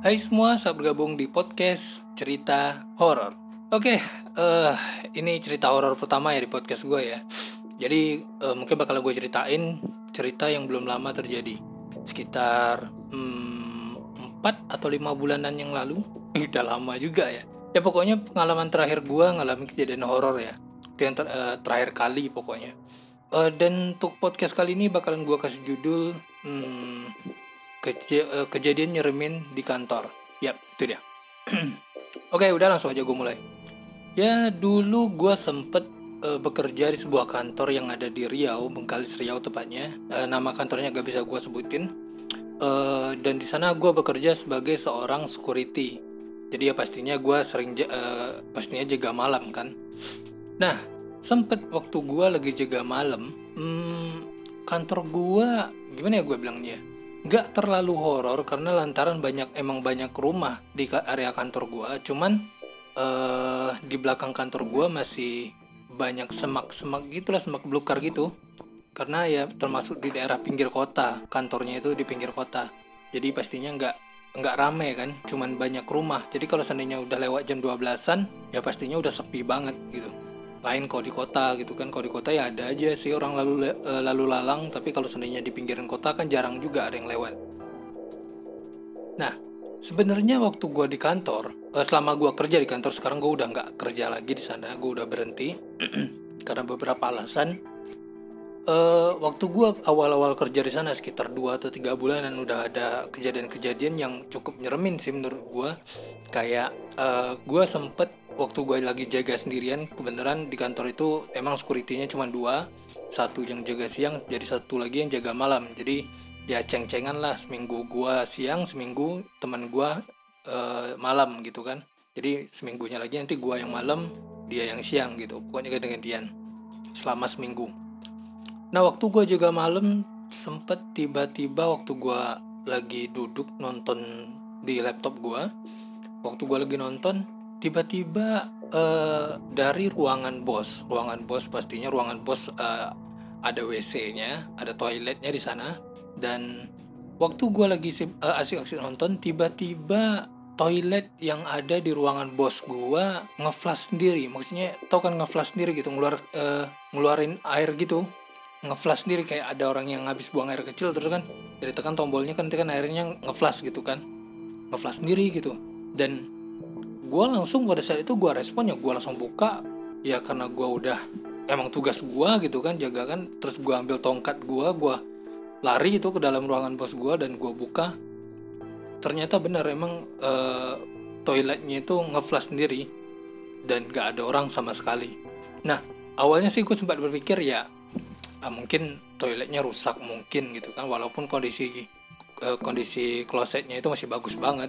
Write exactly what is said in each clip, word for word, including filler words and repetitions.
Hai semua, selamat bergabung di podcast cerita horor. Oke, eh ini cerita horor pertama ya di podcast gue ya. Jadi eh, mungkin bakal gue ceritain cerita yang belum lama terjadi, sekitar hmm, empat atau lima bulanan yang lalu. Udah lama juga ya. Ya pokoknya pengalaman terakhir gue ngalamin kejadian horor ya. Itu yang ter- eh, terakhir kali pokoknya. Eh, dan untuk podcast kali ini bakalan gue kasih judul hmm, Keje- eh, kejadian nyeremin di kantor. Yap, itu dia. Oke, udah langsung aja gue mulai. Ya, dulu gue sempet eh, bekerja di sebuah kantor yang ada di Riau, Bengkalis Riau tepatnya. Eh, nama kantornya gak bisa gue sebutin. Eh, dan di sana gue bekerja sebagai seorang security. Jadi ya pastinya gue sering ja- eh, pastinya jaga malam kan. Nah, sempet waktu gue lagi jaga malam, hmm, kantor gue gimana ya gue bilangnya? Nggak terlalu horor karena lantaran banyak emang banyak rumah di ka- area kantor gue. Cuman eh di belakang kantor gue masih banyak semak-semak gitulah, semak belukar gitu. Karena ya termasuk di daerah pinggir kota, kantornya itu di pinggir kota. Jadi pastinya nggak nggak rame kan, cuman banyak rumah. Jadi kalau seandainya udah lewat jam dua belasan, ya pastinya udah sepi banget gitu. Lain kalau di kota gitu kan, kalau di kota ya ada aja sih orang lalu eh, lalu lalang, tapi kalau seandainya di pinggiran kota kan jarang juga ada yang lewat. Nah, sebenarnya waktu gue di kantor, eh, selama gue kerja di kantor, sekarang gue udah nggak kerja lagi di sana, gue udah berhenti karena beberapa alasan. Eh, waktu gue awal-awal kerja di sana sekitar dua atau tiga bulanan udah ada kejadian-kejadian yang cukup nyeremin sih menurut gue. Kayak eh, gue sempet waktu gue lagi jaga sendirian, kebenaran di kantor itu emang security-nya cuma dua, satu yang jaga siang, jadi satu lagi yang jaga malam. Jadi ya ceng-cengan lah, seminggu gue siang, seminggu teman gue eh, malam gitu kan. Jadi seminggunya lagi nanti gue yang malam, dia yang siang gitu. Pokoknya ganti-gantian selama seminggu. Nah, waktu gue jaga malam, sempet tiba-tiba waktu gue lagi duduk nonton di laptop gue, waktu gue lagi nonton, tiba-tiba eh, dari ruangan bos, ruangan bos pastinya ruangan bos eh, ada W C-nya, ada toiletnya di sana, dan waktu gue lagi sib- eh, asik-asik nonton, tiba-tiba toilet yang ada di ruangan bos gue ngeflash sendiri, maksudnya tau kan ngeflash sendiri gitu, ngeluar eh, ngeluarin air gitu, ngeflash sendiri kayak ada orang yang habis buang air kecil terus kan dari tekan tombolnya kan nanti kan airnya ngeflash gitu kan, ngeflash sendiri gitu. Dan gue langsung pada saat itu gue respon ya gue langsung buka, ya karena gue udah emang tugas gue gitu kan jaga kan, terus gue ambil tongkat gue gue lari itu ke dalam ruangan bos gue dan gue buka, ternyata benar emang eh, toiletnya itu ngeflash sendiri dan gak ada orang sama sekali. Nah, awalnya sih gue sempat berpikir ya ah, mungkin toiletnya rusak mungkin gitu kan, walaupun kondisi eh, kondisi klosetnya itu masih bagus banget,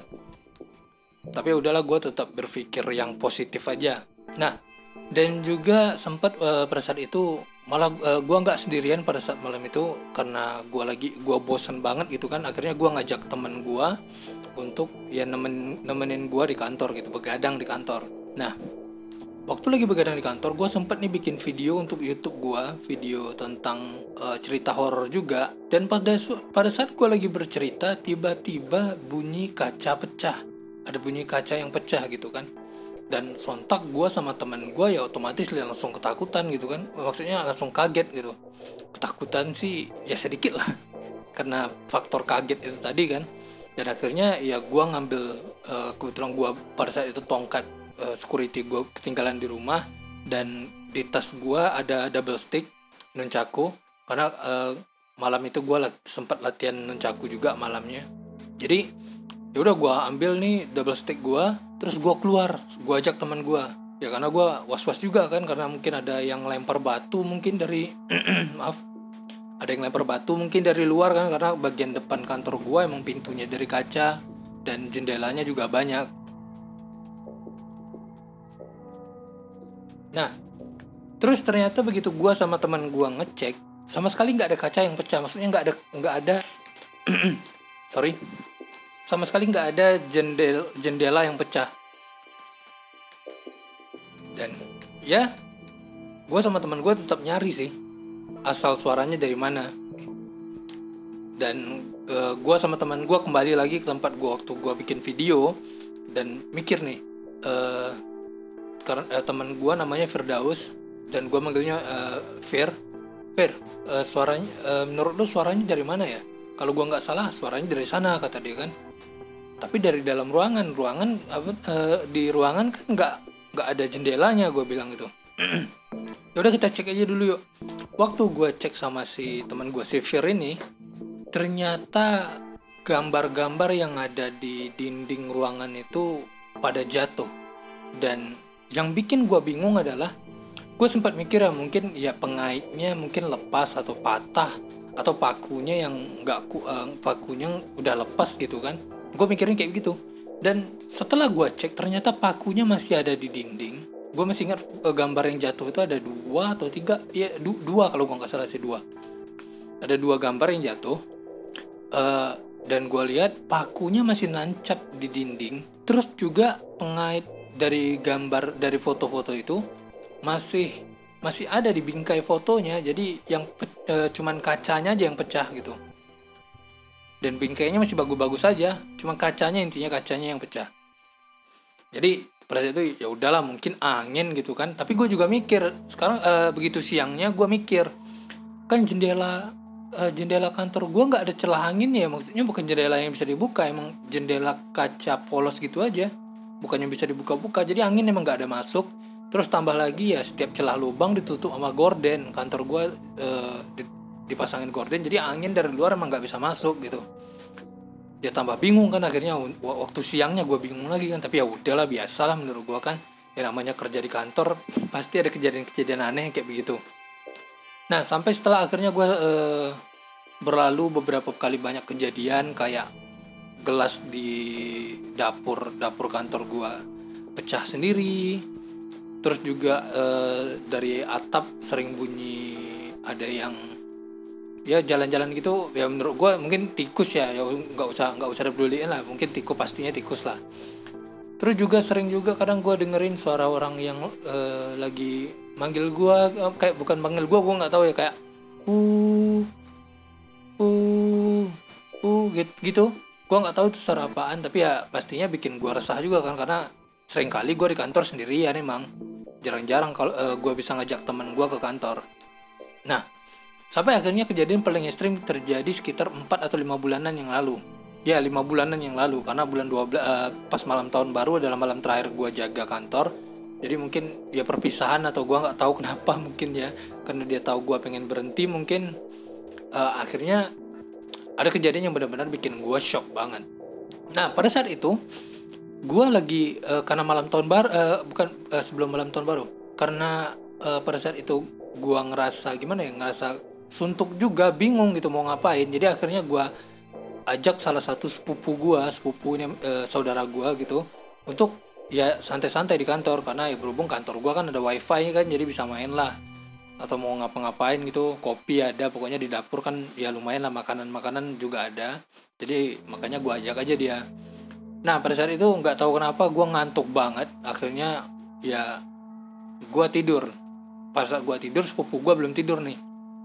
tapi udahlah gue tetap berpikir yang positif aja. Nah, dan juga sempat eh, pada saat itu malah eh, gue nggak sendirian pada saat malam itu karena gue lagi gue bosen banget gitu kan, akhirnya gue ngajak temen gue untuk ya nemen, nemenin gue di kantor gitu, begadang di kantor. Nah, waktu lagi begadang di kantor, gue sempet nih bikin video untuk YouTube gue, video tentang eh, cerita horor juga. Dan pada pada saat gue lagi bercerita, tiba-tiba bunyi kaca pecah. Ada bunyi kaca yang pecah gitu kan. Dan sontak gue sama teman gue ya otomatis langsung ketakutan gitu kan. Maksudnya langsung kaget gitu. Ketakutan sih ya sedikit lah, karena faktor kaget itu tadi kan. Dan akhirnya ya gue ngambil uh, kebetulan gue pada saat itu tongkat uh, security gue ketinggalan di rumah, dan di tas gue ada double stick nunchaku karena uh, malam itu gue lat- sempat latihan nunchaku juga malamnya. Jadi ya udah gue ambil nih double stick gue, terus gue keluar, gue ajak teman gue, ya karena gue was-was juga kan karena mungkin ada yang lempar batu mungkin dari maaf, ada yang lempar batu mungkin dari luar kan, karena bagian depan kantor gua emang pintunya dari kaca dan jendelanya juga banyak. Nah, terus ternyata begitu gua sama teman gua ngecek, sama sekali nggak ada kaca yang pecah, maksudnya nggak ada nggak ada sorry, sama sekali nggak ada jendel jendela yang pecah. Dan ya gua sama teman gua tetap nyari sih asal suaranya dari mana. Dan uh, gue sama teman gue kembali lagi ke tempat gue waktu gue bikin video dan mikir nih, uh, karena uh, teman gue namanya Firdaus dan gue manggilnya uh, Fir. Fir, uh, suaranya uh, menurut lu suaranya dari mana ya? Kalau gue nggak salah suaranya dari sana, kata dia kan. Tapi dari dalam ruangan, ruangan apa, uh, di ruangan kan nggak nggak ada jendelanya, gue bilang gitu. Ya udah kita cek aja dulu yuk. Waktu gue cek sama si teman gue si Fir ini, ternyata gambar-gambar yang ada di dinding ruangan itu pada jatuh. Dan yang bikin gue bingung adalah, gue sempat mikir ya mungkin ya pengaitnya mungkin lepas atau patah, atau pakunya yang nggak ku, uh, pakunya udah lepas gitu kan. Gue mikirnya kayak gitu. Dan setelah gue cek ternyata pakunya masih ada di dinding. Gue masih ingat uh, gambar yang jatuh itu ada dua atau tiga, ya du- dua kalau gue nggak salah sih dua. Ada dua gambar yang jatuh. Uh, dan gue lihat pakunya masih nancap di dinding. Terus juga pengait dari gambar dari foto-foto itu masih masih ada di bingkai fotonya. Jadi yang pe- uh, cuman kacanya aja yang pecah gitu. Dan bingkainya masih bagus-bagus saja, cuma kacanya, intinya kacanya yang pecah. Jadi pada saat itu ya udahlah mungkin angin gitu kan. Tapi gue juga mikir sekarang uh, begitu siangnya gue mikir kan jendela uh, jendela kantor gue nggak ada celah angin ya, maksudnya bukan jendela yang bisa dibuka, emang jendela kaca polos gitu aja, bukannya bisa dibuka-buka, jadi angin emang nggak ada masuk. Terus tambah lagi ya setiap celah lubang ditutup sama gorden, kantor gue uh, dipasangin gorden, jadi angin dari luar emang nggak bisa masuk gitu. Ya tambah bingung kan akhirnya waktu siangnya gue bingung lagi kan, tapi ya udahlah biasalah menurut gue kan, ya namanya kerja di kantor pasti ada kejadian-kejadian aneh kayak begitu. Nah sampai setelah akhirnya gue eh, berlalu beberapa kali banyak kejadian kayak gelas di dapur dapur kantor gue pecah sendiri, terus juga eh, dari atap sering bunyi ada yang ya jalan-jalan gitu. Ya menurut gue mungkin tikus ya, ya nggak usah nggak usah dipeduliin lah, mungkin tikus, pastinya tikus lah. Terus juga sering juga kadang gue dengerin suara orang yang eh, lagi manggil gue, eh, kayak bukan manggil gue, gue nggak tahu ya, kayak uh uh uh gitu, gitu. Gue nggak tahu itu suara apaan, tapi ya pastinya bikin gue resah juga kan, karena sering kali gue di kantor sendirian emang, jarang-jarang kalau uh, gue bisa ngajak teman gue ke kantor. Nah sampai akhirnya kejadian paling ekstrim terjadi sekitar empat atau lima bulanan yang lalu. Ya lima bulanan yang lalu, karena bulan dua belas uh, pas malam tahun baru adalah malam terakhir gue jaga kantor. Jadi mungkin ya perpisahan atau gue nggak tahu kenapa, mungkin ya karena dia tahu gue pengen berhenti mungkin. Uh, akhirnya ada kejadian yang benar-benar bikin gue shock banget. Nah pada saat itu gue lagi uh, karena malam tahun baru, uh, bukan uh, sebelum malam tahun baru, karena uh, pada saat itu gue ngerasa gimana ya, ngerasa suntuk juga, bingung gitu mau ngapain. Jadi akhirnya gue ajak salah satu sepupu gue, sepupu ini uh, saudara gue gitu, untuk ya santai-santai di kantor, karena ya berhubung kantor gue kan ada wifi kan, jadi bisa main lah, atau mau ngapa-ngapain gitu, kopi ada, pokoknya di dapur kan ya lumayan lah, makanan-makanan juga ada. Jadi makanya gue ajak aja dia. Nah pada saat itu nggak tahu kenapa gue ngantuk banget, akhirnya ya gue tidur. Pas gue tidur sepupu gue belum tidur nih,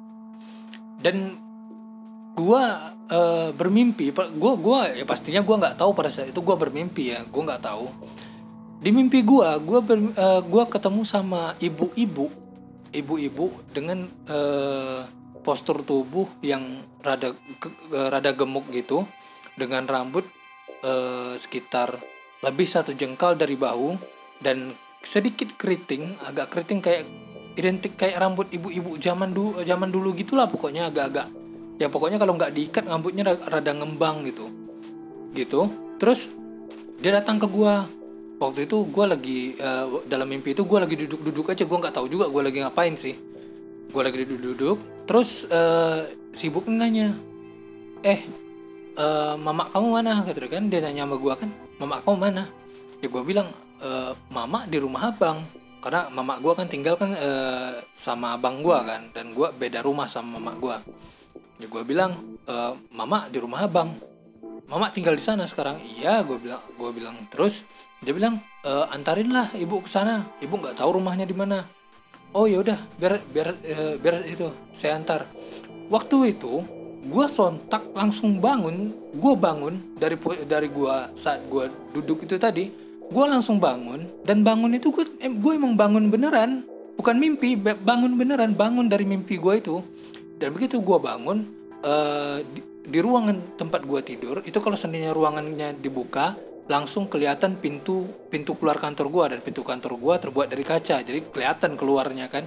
dan gue uh, bermimpi. Gue gue ya pastinya gue nggak tahu pada saat itu gue bermimpi ya, gue nggak tahu. Di mimpi gue gue uh, gue ketemu sama ibu-ibu, ibu-ibu dengan uh, postur tubuh yang rada uh, rada gemuk gitu, dengan rambut uh, sekitar lebih satu jengkal dari bahu dan sedikit keriting, agak keriting, kayak identik kayak rambut ibu-ibu zaman dulu zaman dulu gitulah, pokoknya agak-agak ya, pokoknya kalau nggak diikat rambutnya rada ngembang gitu gitu. Terus dia datang ke gua. Waktu itu gue lagi uh, dalam mimpi itu gue lagi duduk-duduk aja, gue nggak tahu juga gue lagi ngapain sih. Gue lagi duduk-duduk, terus uh, sibuk nanya, eh uh, mama kamu mana? Gitu kan, dia nanya sama gue kan, mama kamu mana? Ya gue bilang, e, mama di rumah abang, karena mama gue kan tinggal kan uh, sama abang gue kan, dan gue beda rumah sama mama gue. Ya gue bilang, e, mama di rumah abang, mama tinggal di sana sekarang. Iya, gue bilang, gue bilang terus dia bilang, e, antarin lah ibu ke sana, ibu nggak tahu rumahnya di mana. Oh ya udah, biar biar e, biar itu saya antar. Waktu itu gue sontak langsung bangun. Gue bangun dari dari gue saat gue duduk itu tadi. Gue langsung bangun, dan bangun itu gue gue emang bangun beneran, bukan mimpi, bangun beneran, bangun dari mimpi gue itu. Dan begitu gue bangun, uh, di, di ruangan tempat gue tidur itu, kalau seandainya ruangannya dibuka, langsung kelihatan pintu pintu keluar kantor gue, dan pintu kantor gue terbuat dari kaca, jadi kelihatan keluarnya kan.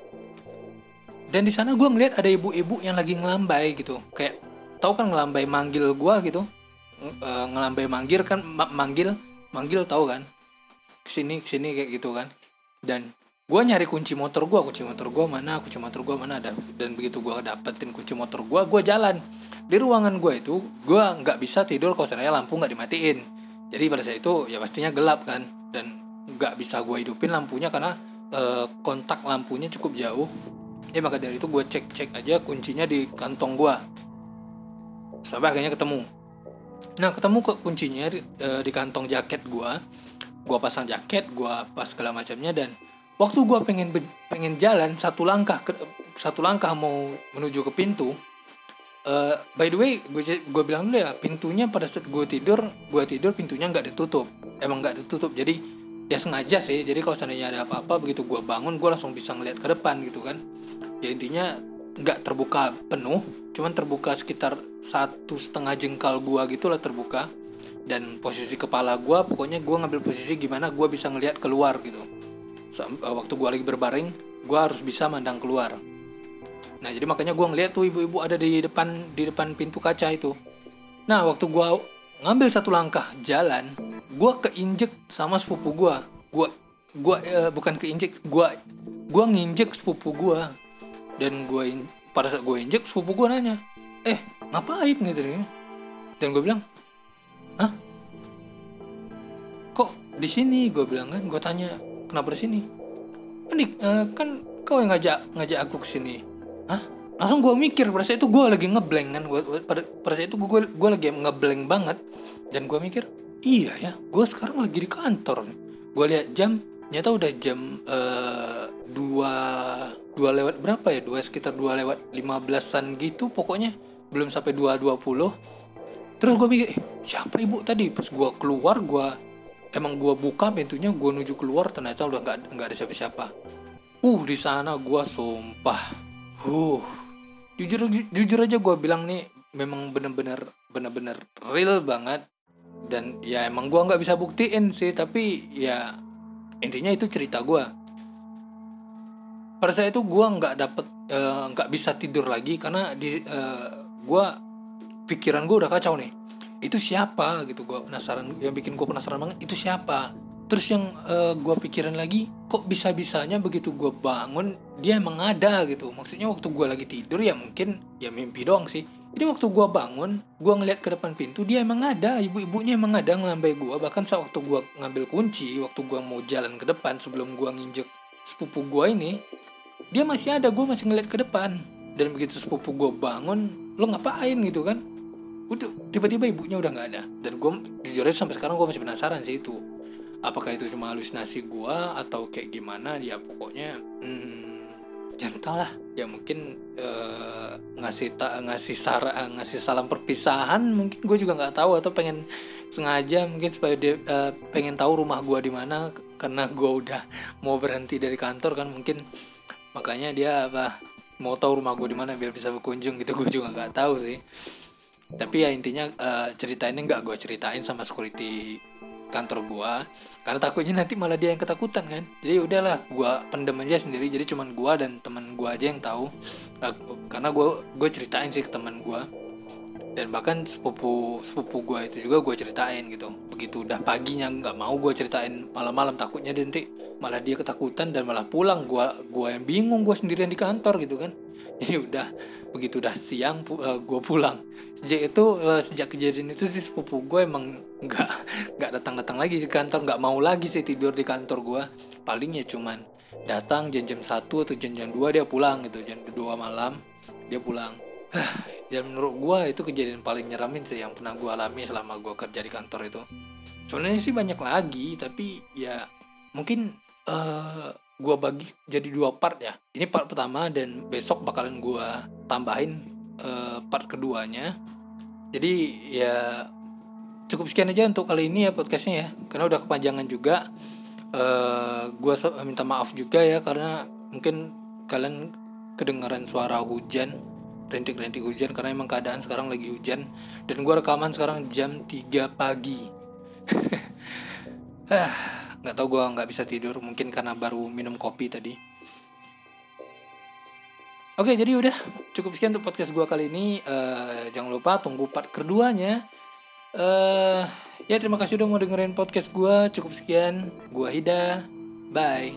Dan di sana gue ngeliat ada ibu-ibu yang lagi ngelambai gitu, kayak tahu kan ngelambai manggil gue gitu, uh, ngelambai manggil kan, ma- manggil manggil tahu kan, kesini kesini kayak gitu kan. Dan gue nyari kunci motor gue, kunci motor gue mana, kunci motor gue mana ada. Dan begitu gue dapetin kunci motor gue, gue jalan di ruangan gue itu. Gue nggak bisa tidur kalau seandainya lampu nggak dimatiin. Jadi pada saat itu ya pastinya gelap kan, dan nggak bisa gue hidupin lampunya karena eh, kontak lampunya cukup jauh. Ya maka dari itu gue cek cek aja kuncinya di kantong gue, sampai akhirnya ketemu. Nah ketemu kok kuncinya di, eh, di kantong jaket gue. Gue pasang jaket, gue pas segala macamnya. Dan waktu gue pengen pengen jalan satu langkah ke, satu langkah mau menuju ke pintu. Uh, by the way, gue gue bilang dulu ya, pintunya pada saat gue tidur, gue tidur pintunya nggak ditutup, emang nggak ditutup. Jadi ya sengaja sih. Jadi kalau seandainya ada apa-apa, begitu gue bangun, gue langsung bisa ngeliat ke depan gitu kan. Ya intinya nggak terbuka penuh, cuman terbuka sekitar satu setengah jengkal gue gitulah terbuka. Dan posisi kepala gue, pokoknya gue ngambil posisi gimana gue bisa ngelihat keluar gitu. Waktu gue lagi berbaring, gue harus bisa mandang keluar. Nah jadi makanya gue ngeliat tuh ibu-ibu ada di depan di depan pintu kaca itu. Nah waktu gue ngambil satu langkah jalan, gue keinjek sama sepupu gue. Gue gue eh, bukan keinjek, gue gue nginjek sepupu gue. Dan gue pada saat gue injek, sepupu gue nanya, eh ngapain gitu nih. Dan gue bilang, hah? Kok di sini? Gue bilang kan, gue tanya kenapa di sini? Kan, di, uh, kan kau yang ngajak ngajak aku ke sini. Hah? Langsung gue mikir, pada saat itu gue lagi ngeblank kan. Gua, pada, pada saat itu gue gue lagi ngeblank banget. Dan gue mikir, iya ya, gue sekarang lagi di kantor. Gue lihat jam, nyata udah jam uh, dua dua lewat berapa ya? Dua sekitar dua lewat lima belasan gitu, pokoknya belum sampai dua dua puluh. Terus gue mikir, eh, siapa ibu tadi? Pas gue keluar, gue emang gue buka pintunya, gue nuju keluar, ternyata udah nggak nggak ada siapa-siapa. Uh di sana gue sumpah, uh jujur jujur aja gue bilang nih, memang bener-bener bener-bener real banget. Dan ya emang gue nggak bisa buktiin sih, tapi ya intinya itu cerita gue. Pada saat itu gue nggak dapet nggak uh, bisa tidur lagi karena di uh, gue pikiran gue udah kacau nih. Itu siapa gitu, gue penasaran. Yang bikin gue penasaran banget itu siapa. Terus yang uh, gue pikirin lagi, kok bisa-bisanya begitu gue bangun dia emang ada gitu. Maksudnya waktu gue lagi tidur ya mungkin ya mimpi doang sih. Jadi waktu gue bangun, gue ngeliat ke depan pintu, dia emang ada, ibu-ibunya emang ada ngelambai gue. Bahkan saat waktu gue ngambil kunci, waktu gue mau jalan ke depan sebelum gue nginjek sepupu gue ini, dia masih ada, gue masih ngeliat ke depan. Dan begitu sepupu gue bangun, lo ngapain gitu kan, udah tiba-tiba ibunya udah nggak ada. Dan gue jujur aja sampai sekarang gue masih penasaran sih itu, apakah itu cuma halusinasi gue atau kayak gimana. Ya pokoknya hmm, jangan tahu lah ya, mungkin uh, ngasih ta- ngasih saran, ngasih salam perpisahan mungkin, gue juga nggak tahu. Atau pengen sengaja mungkin supaya dia uh, pengen tahu rumah gue di mana, karena gue udah mau berhenti dari kantor kan, mungkin makanya dia apa mau tahu rumah gue di mana biar bisa berkunjung gitu. Gue juga nggak tahu sih. Tapi ya intinya uh, cerita ini nggak gue ceritain sama security kantor gue, karena takutnya nanti malah dia yang ketakutan kan. Jadi udahlah, gue pendem aja sendiri. Jadi cuman gue dan teman gue aja yang tahu. Uh, karena gue gue ceritain sih ke teman gue, dan bahkan sepupu sepupu gue itu juga gue ceritain gitu. Begitu udah paginya nggak mau gue ceritain malam-malam, takutnya nanti malah dia ketakutan dan malah pulang. Gue gue yang bingung, gue sendirian di kantor gitu kan. Jadi udah begitu udah siang uh, gue pulang. Sejak itu uh, sejak kejadian itu sih sepupu gue emang nggak nggak datang-datang lagi di kantor, nggak mau lagi sih tidur di kantor gue. Palingnya cuman datang jam-jam satu atau jam-jam dua dia pulang gitu, jam dua malam dia pulang. Dan menurut gue itu kejadian paling nyeramin sih yang pernah gue alami selama gue kerja di kantor itu. Sebenarnya sih banyak lagi, tapi ya mungkin uh, gue bagi jadi dua part ya. Ini part pertama, dan besok bakalan gue tambahin uh, part keduanya. Jadi ya cukup sekian aja untuk kali ini ya podcastnya ya, karena udah kepanjangan juga. Uh, gue so- minta maaf juga ya, karena mungkin kalian kedengaran suara hujan, rintik-rintik hujan, karena emang keadaan sekarang lagi hujan. Dan gue rekaman sekarang jam tiga pagi. ah nggak tahu, gue nggak bisa tidur, mungkin karena baru minum kopi tadi. Oke, jadi udah cukup sekian untuk podcast gue kali ini. Uh, jangan lupa tunggu part keduanya. Uh, ya terima kasih udah mau dengerin podcast gue. Cukup sekian. Gue Hida. Bye.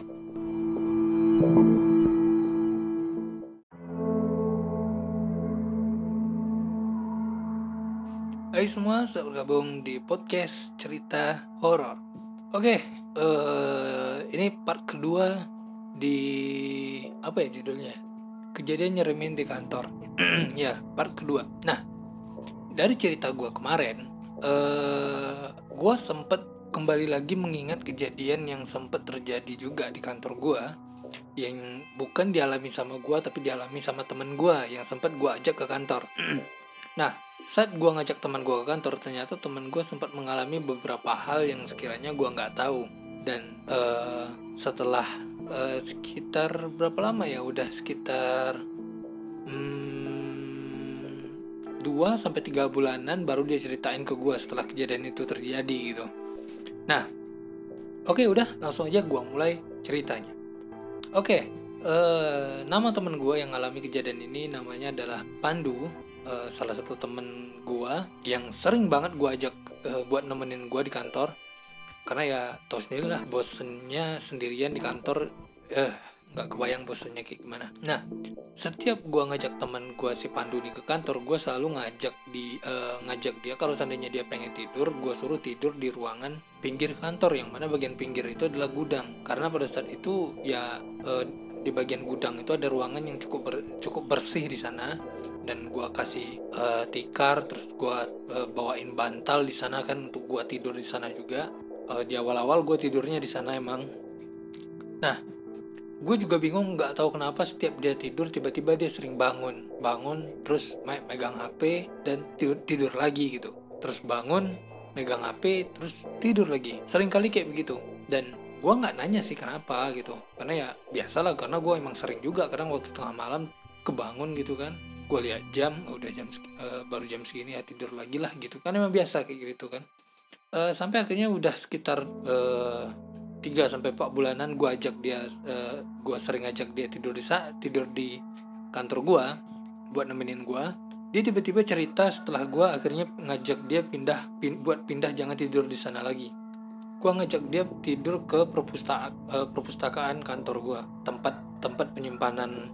Hai semua, selamat bergabung di podcast cerita horor. Oke, uh, ini part kedua di apa ya judulnya? Kejadian nyeremin di kantor. Ya, part kedua. Nah, dari cerita gue kemarin, uh, gue sempet kembali lagi mengingat kejadian yang sempet terjadi juga di kantor gue, yang bukan dialami sama gue tapi dialami sama temen gue yang sempet gue ajak ke kantor. Nah, saat gue ngajak teman gue ke kantor, ternyata teman gue sempat mengalami beberapa hal yang sekiranya gue nggak tahu. Dan uh, setelah uh, sekitar berapa lama ya, udah sekitar dua sampai tiga bulanan baru dia ceritain ke gue setelah kejadian itu terjadi gitu. Nah, oke okay, udah langsung aja gue mulai ceritanya. Oke, okay, uh, nama temen gue yang ngalami kejadian ini namanya adalah Pandu. Uh, salah satu temen gue yang sering banget gue ajak uh, buat nemenin gue di kantor. Karena ya tau sendiri lah, bosennya sendirian di kantor, eh nggak kebayang bosennya kayak gimana. Nah, setiap gue ngajak teman gue si Pandu nih ke kantor, gue selalu ngajak di uh, ngajak dia kalau seandainya dia pengen tidur, gue suruh tidur di ruangan pinggir kantor, yang mana bagian pinggir itu adalah gudang. Karena pada saat itu ya uh, di bagian gudang itu ada ruangan yang cukup ber, cukup bersih di sana, dan gue kasih uh, tikar, terus gue uh, bawain bantal di sana kan untuk gue tidur di sana juga. Uh, di awal-awal gue tidurnya di sana emang. Nah, gue juga bingung, nggak tahu kenapa setiap dia tidur tiba-tiba dia sering bangun, bangun terus me- megang H P dan tidur, tidur lagi gitu. Terus bangun, megang H P terus tidur lagi. Sering kali kayak begitu. Dan gue nggak nanya sih kenapa gitu, karena ya biasalah, karena gue emang sering juga kadang waktu tengah malam kebangun gitu kan. Gue lihat jam, udah jam uh, baru jam segini ya tidur lagi lah gitu kan, emang biasa kayak gitu kan. Uh, sampai akhirnya udah sekitar uh, tiga sampai empat bulanan gue ajak dia, uh, gue sering ajak dia tidur di saat tidur di kantor gue buat nemenin gue. Dia tiba-tiba cerita setelah gue akhirnya ngajak dia pindah pin, buat pindah jangan tidur di sana lagi. Gue ngajak dia tidur ke perpustaka, uh, perpustakaan kantor gue, tempat tempat penyimpanan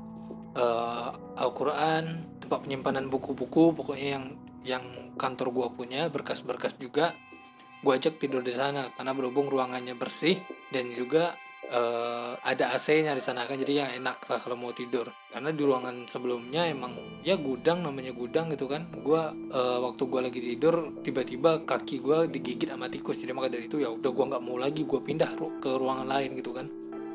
uh, Al-Quran, tempat penyimpanan buku-buku, pokoknya yang yang kantor gue punya, berkas-berkas juga. Gue ajak tidur di sana karena berhubung ruangannya bersih dan juga uh, ada A C-nya di sana kan, jadi ya enak lah kalau mau tidur. Karena di ruangan sebelumnya emang ya gudang, namanya gudang gitu kan. Gue uh, waktu gue lagi tidur tiba-tiba kaki gue digigit sama tikus, jadi maka dari itu ya udah gue nggak mau lagi, gue pindah ru- ke ruangan lain gitu kan.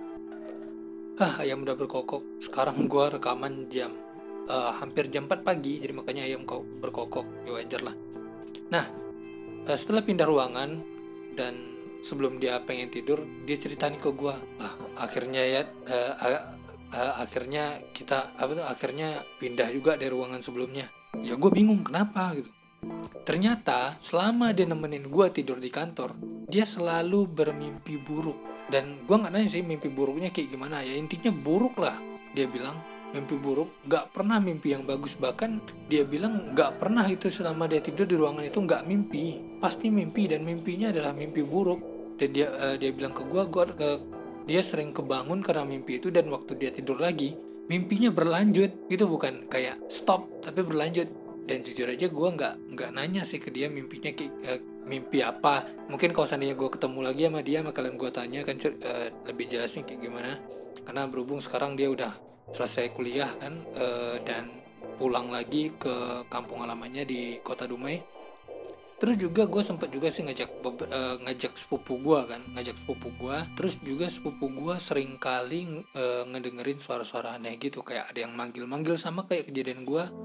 Ah, ayam udah berkokok. Sekarang gue rekaman jam uh, hampir jam empat pagi, jadi makanya ayam kok berkokok, ya wajar lah. Nah, setelah pindah ruangan dan sebelum dia pengen tidur, dia ceritain ke gue, ah akhirnya ya uh, uh, uh, akhirnya kita apa tuh akhirnya pindah juga dari ruangan sebelumnya. Ya gue bingung kenapa gitu. Ternyata selama dia nemenin gue tidur di kantor, dia selalu bermimpi buruk. Dan gue nggak nanya sih mimpi buruknya kayak gimana, ya intinya buruk lah. Dia bilang mimpi buruk, nggak pernah mimpi yang bagus. Bahkan dia bilang nggak pernah itu selama dia tidur di ruangan itu nggak mimpi, pasti mimpi, dan mimpinya adalah mimpi buruk. Dan dia uh, dia bilang ke gue, gue uh, dia sering kebangun karena mimpi itu, dan waktu dia tidur lagi mimpinya berlanjut gitu, bukan kayak stop tapi berlanjut. Dan jujur aja gue nggak nggak nanya sih ke dia mimpinya kayak uh, mimpi apa. Mungkin kalau seandainya gue ketemu lagi sama dia, makalan gue tanya kan uh, lebih jelasnya kayak gimana. Karena berhubung sekarang dia udah selesai kuliah kan, uh, dan pulang lagi ke kampung halamannya di Kota Dumai. Terus juga gue sempet juga sih ngajak uh, ngajak sepupu gue kan, ngajak sepupu gue. Terus juga sepupu gue sering kali uh, ngedengerin suara-suara aneh gitu, kayak ada yang manggil-manggil sama kayak kejadian gue.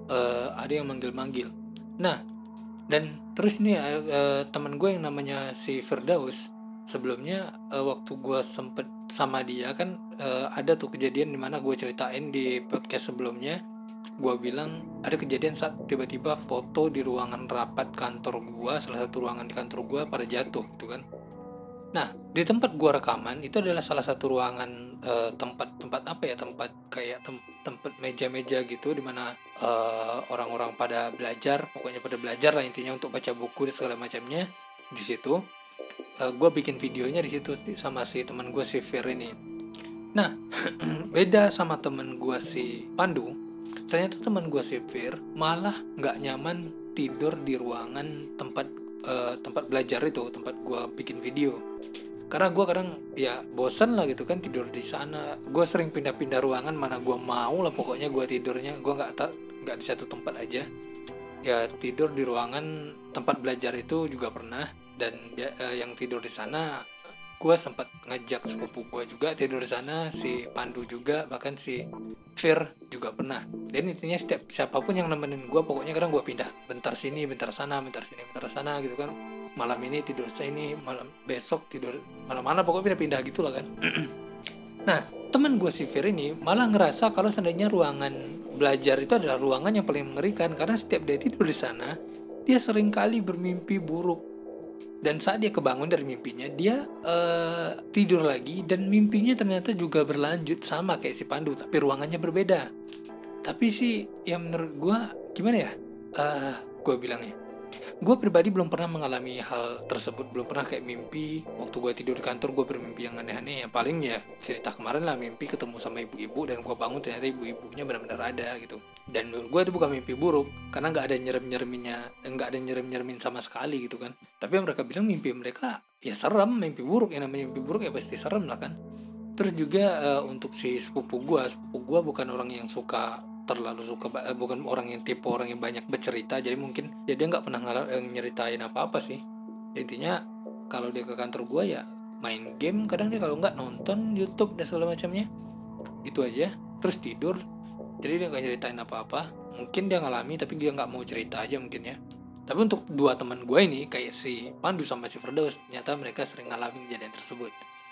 eh, ada yang manggil-manggil. Nah, dan terus nih eh, eh, teman gue yang namanya si Firdaus, sebelumnya eh, waktu gue sempet sama dia kan eh, ada tuh kejadian dimana gue ceritain di podcast sebelumnya. Gue bilang ada kejadian saat tiba-tiba foto di ruangan rapat kantor gue, salah satu ruangan di kantor gue pada jatuh gitu kan. Nah, di tempat gua rekaman itu adalah salah satu ruangan eh, tempat tempat apa ya, tempat kayak tem- tempat meja-meja gitu di mana eh, orang-orang pada belajar, pokoknya pada belajar lah intinya untuk baca buku dan segala macamnya di situ. Eh, gua bikin videonya di situ sama si teman gue si Fir ini. Nah, beda sama teman gua si Pandu. Ternyata teman gua si Fir malah nggak nyaman tidur di ruangan tempat eh, tempat belajar itu, tempat gua bikin video, karena gue kadang ya bosen lah gitu kan tidur di sana. Gue sering pindah-pindah ruangan mana gue mau lah, pokoknya gue tidurnya gue nggak tak nggak di satu tempat aja. Ya tidur di ruangan tempat belajar itu juga pernah. Dan ya, eh, yang tidur di sana gue sempat ngajak sepupu gue juga tidur di sana, si Pandu juga, bahkan si Fir juga pernah. Dan intinya setiap siapapun yang nemenin gue, pokoknya kadang gue pindah bentar sini bentar sana, bentar sini bentar sana gitu kan. Malam ini tidur sini, malam besok tidur malam mana, pokoknya pindah-pindah gitu lah kan. Nah, teman gue si Fir ini malah ngerasa kalau seandainya ruangan belajar itu adalah ruangan yang paling mengerikan, karena setiap dia tidur di sana dia sering kali bermimpi buruk. Dan saat dia kebangun dari mimpinya, dia eh, tidur lagi dan mimpinya ternyata juga berlanjut sama kayak si Pandu, tapi ruangannya berbeda. Tapi sih, yang menurut gue gimana ya? Eh, gue bilangnya, gue pribadi belum pernah mengalami hal tersebut, belum pernah kayak mimpi waktu gue tidur di kantor gue bermimpi yang aneh-aneh. Yang paling ya cerita kemarin lah, mimpi ketemu sama ibu-ibu dan gue bangun ternyata ibu-ibunya benar-benar ada gitu. Dan menurut gue itu bukan mimpi buruk karena nggak ada nyerem-nyereminnya, nggak ada nyerem-nyeremin sama sekali gitu kan. Tapi mereka bilang mimpi mereka ya serem, mimpi buruk, yang namanya mimpi buruk ya pasti serem lah kan. Terus juga uh, untuk si sepupu gua, sepupu gua bukan orang yang suka terlalu suka uh, bukan orang yang tipe orang yang banyak bercerita, jadi mungkin ya dia nggak pernah ngal- uh, nyeritain apa-apa sih. Intinya kalau dia ke kantor gua ya main game, kadang dia kalau nggak nonton YouTube dan segala macamnya, itu aja. Terus tidur, jadi dia nggak nyeritain apa-apa. Mungkin dia ngalami tapi dia nggak mau cerita aja mungkin ya. Tapi untuk dua teman gue ini kayak si Pandu sama si Firdaus, ternyata mereka sering ngalamin kejadian tersebut.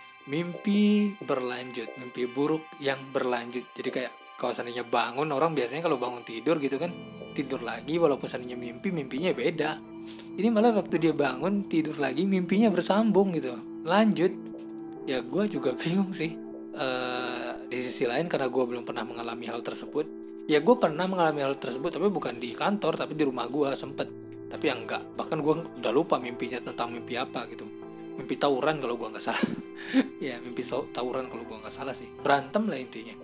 Mimpi berlanjut, mimpi buruk yang berlanjut. Jadi kayak kalau seandainya bangun, orang biasanya kalau bangun tidur gitu kan, tidur lagi walaupun seandainya mimpi, mimpinya beda. Ini malah waktu dia bangun, tidur lagi, mimpinya bersambung gitu. Lanjut. Ya gue juga bingung sih. Eh, di sisi lain karena gue belum pernah mengalami hal tersebut. Ya gue pernah mengalami hal tersebut tapi bukan di kantor, tapi di rumah gue sempet. Tapi yang enggak, bahkan gue udah lupa mimpinya tentang mimpi apa gitu. Mimpi tawuran kalau gue nggak salah. Ya mimpi tawuran kalau gue nggak salah sih, berantem lah intinya.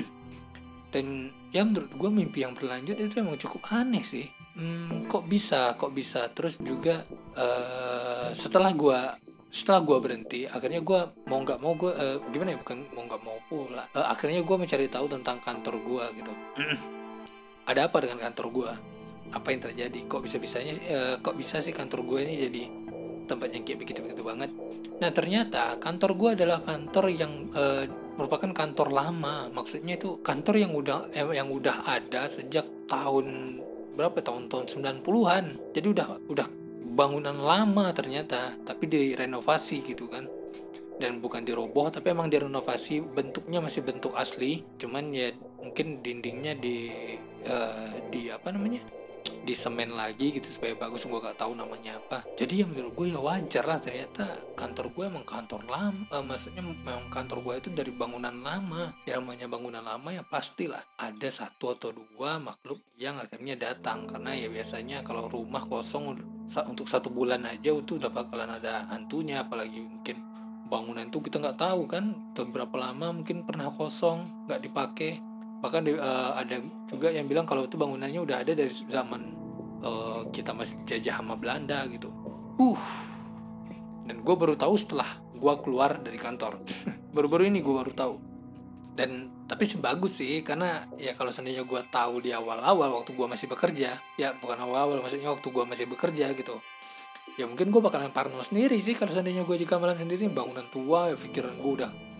Dan ya menurut gue mimpi yang berlanjut itu emang cukup aneh sih. Hmm, kok bisa kok bisa terus juga uh, setelah gue setelah gue berhenti, akhirnya gue mau nggak mau gue uh, gimana ya, bukan mau nggak mau pula, uh, akhirnya gue mencari tahu tentang kantor gue gitu. Ada apa dengan kantor gue, apa yang terjadi, kok bisa bisanya uh, kok bisa sih kantor gue ini jadi tempat yang kayak begitu-begitu banget. Nah ternyata kantor gue adalah kantor yang eh, merupakan kantor lama. Maksudnya itu kantor yang udah eh, yang udah ada sejak tahun berapa, tahun-tahun sembilan puluhan. Jadi udah udah bangunan lama ternyata, tapi direnovasi gitu kan. Dan bukan diroboh tapi emang direnovasi, bentuknya masih bentuk asli, cuman ya mungkin dindingnya di eh, di apa namanya, di semen lagi gitu supaya bagus. Gue gak tahu namanya apa. Jadi ya menurut gue ya wajar lah, ternyata kantor gue emang kantor lama, eh, maksudnya memang kantor gue itu dari bangunan lama. Ya namanya bangunan lama ya pastilah ada satu atau dua makhluk yang akhirnya datang, karena ya biasanya kalau rumah kosong untuk satu bulan aja itu udah bakalan ada hantunya, apalagi mungkin bangunan itu kita nggak tahu kan beberapa lama mungkin pernah kosong nggak dipakai. Bahkan di, uh, ada juga yang bilang kalau itu bangunannya udah ada dari zaman uh, kita masih jajah sama Belanda gitu. Uh, dan gue baru tahu setelah gue keluar dari kantor. Baru-baru ini gue baru tahu. Dan tapi sih bagus sih, karena ya kalau seandainya gue tahu di awal-awal waktu gue masih bekerja, ya bukan awal-awal, maksudnya waktu gue masih bekerja gitu, ya mungkin gue bakalan parno sendiri sih kalau seandainya gue jika malam sendiri bangunan tua, ya pikiran gue udah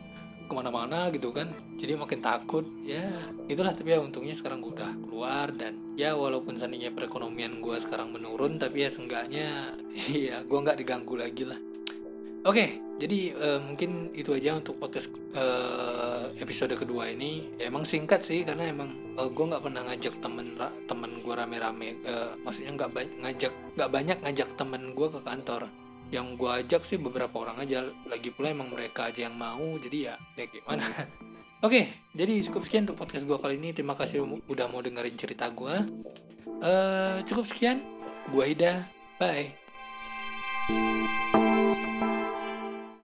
kemana-mana gitu kan, jadi makin takut ya itulah. Tapi ya untungnya sekarang gue udah keluar, dan ya walaupun seandainya perekonomian gue sekarang menurun, tapi ya seenggaknya ya gue nggak diganggu lagi lah. Oke, jadi eh, mungkin itu aja untuk podcast eh, episode kedua ini. Ya, emang singkat sih karena emang eh, gue nggak pernah ngajak temen ra- temen gue rame-rame. Eh, maksudnya nggak ba- ngajak nggak banyak ngajak temen gue ke kantor. Yang gue ajak sih beberapa orang aja. Lagi pula emang mereka aja yang mau. Jadi ya ya gimana. Oke, jadi cukup sekian untuk podcast gue kali ini. Terima kasih udah mau dengerin cerita gue. Eh, cukup sekian. Gue Ida. Bye.